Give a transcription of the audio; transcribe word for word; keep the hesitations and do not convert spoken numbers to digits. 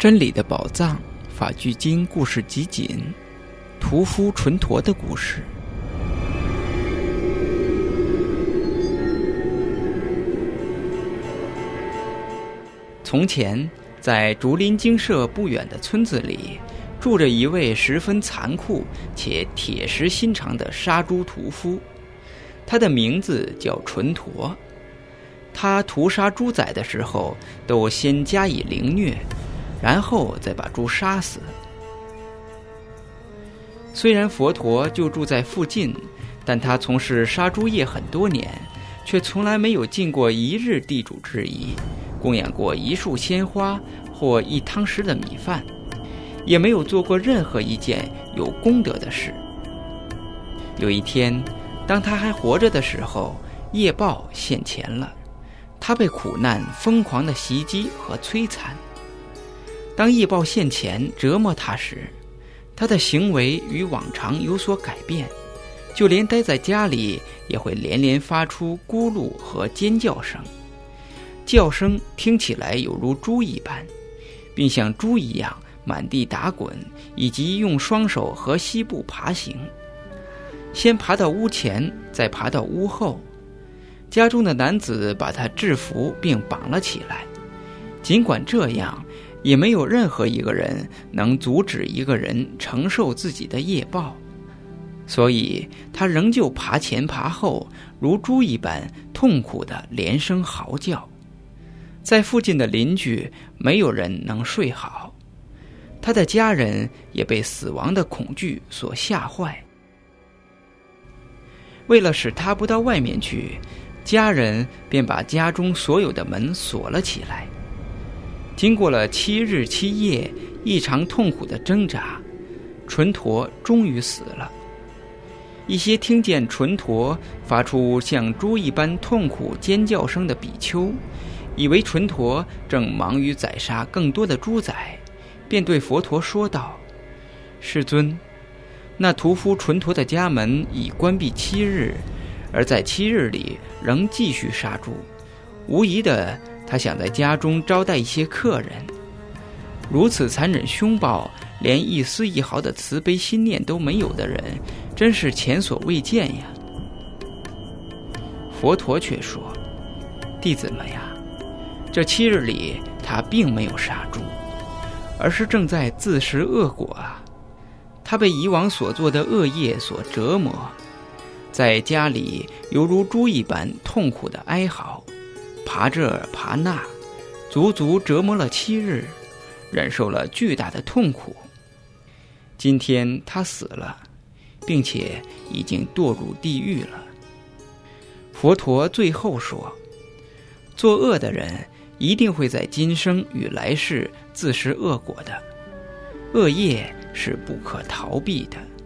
真理的宝藏法句经故事集锦，屠夫纯陀的故事。从前，在竹林精舍不远的村子里，住着一位十分残酷且铁石心肠的杀猪屠夫，他的名字叫纯陀。他屠杀猪仔的时候，都先加以凌虐，然后再把猪杀死。虽然佛陀就住在附近，但他从事杀猪业很多年，却从来没有尽过一日地主之谊，供养过一束鲜花或一汤匙的米饭，也没有做过任何一件有功德的事。有一天，当他还活着的时候，业报现前了，他被苦难疯狂的袭击和摧残。当业报现前折磨他时，他的行为与往常有所改变，就连待在家里也会连连发出咕噜和尖叫声，叫声听起来有如猪一般，并像猪一样满地打滚，以及用双手和膝部爬行，先爬到屋前，再爬到屋后。家中的男子把他制服并绑了起来，尽管这样，也没有任何一个人能阻止一个人承受自己的业报，所以他仍旧爬前爬后，如猪一般痛苦地连声嚎叫。在附近的邻居没有人能睡好，他的家人也被死亡的恐惧所吓坏。为了使他不到外面去，家人便把家中所有的门锁了起来。经过了七日七夜异常痛苦的挣扎，纯陀终于死了。一些听见纯陀发出像猪一般痛苦尖叫声的比丘，以为纯陀正忙于宰杀更多的猪仔，便对佛陀说道：世尊，那屠夫纯陀的家门已关闭七日，而在七日里仍继续杀猪，无疑的他想在家中招待一些客人。如此残忍凶暴，连一丝一毫的慈悲心念都没有的人，真是前所未见呀。佛陀却说：弟子们呀，这七日里他并没有杀猪，而是正在自食恶果啊。他被以往所做的恶业所折磨，在家里犹如猪一般痛苦的哀嚎，爬这爬那，足足折磨了七日，忍受了巨大的痛苦。今天他死了，并且已经堕入地狱了。佛陀最后说，作恶的人一定会在今生与来世自食恶果的，恶业是不可逃避的。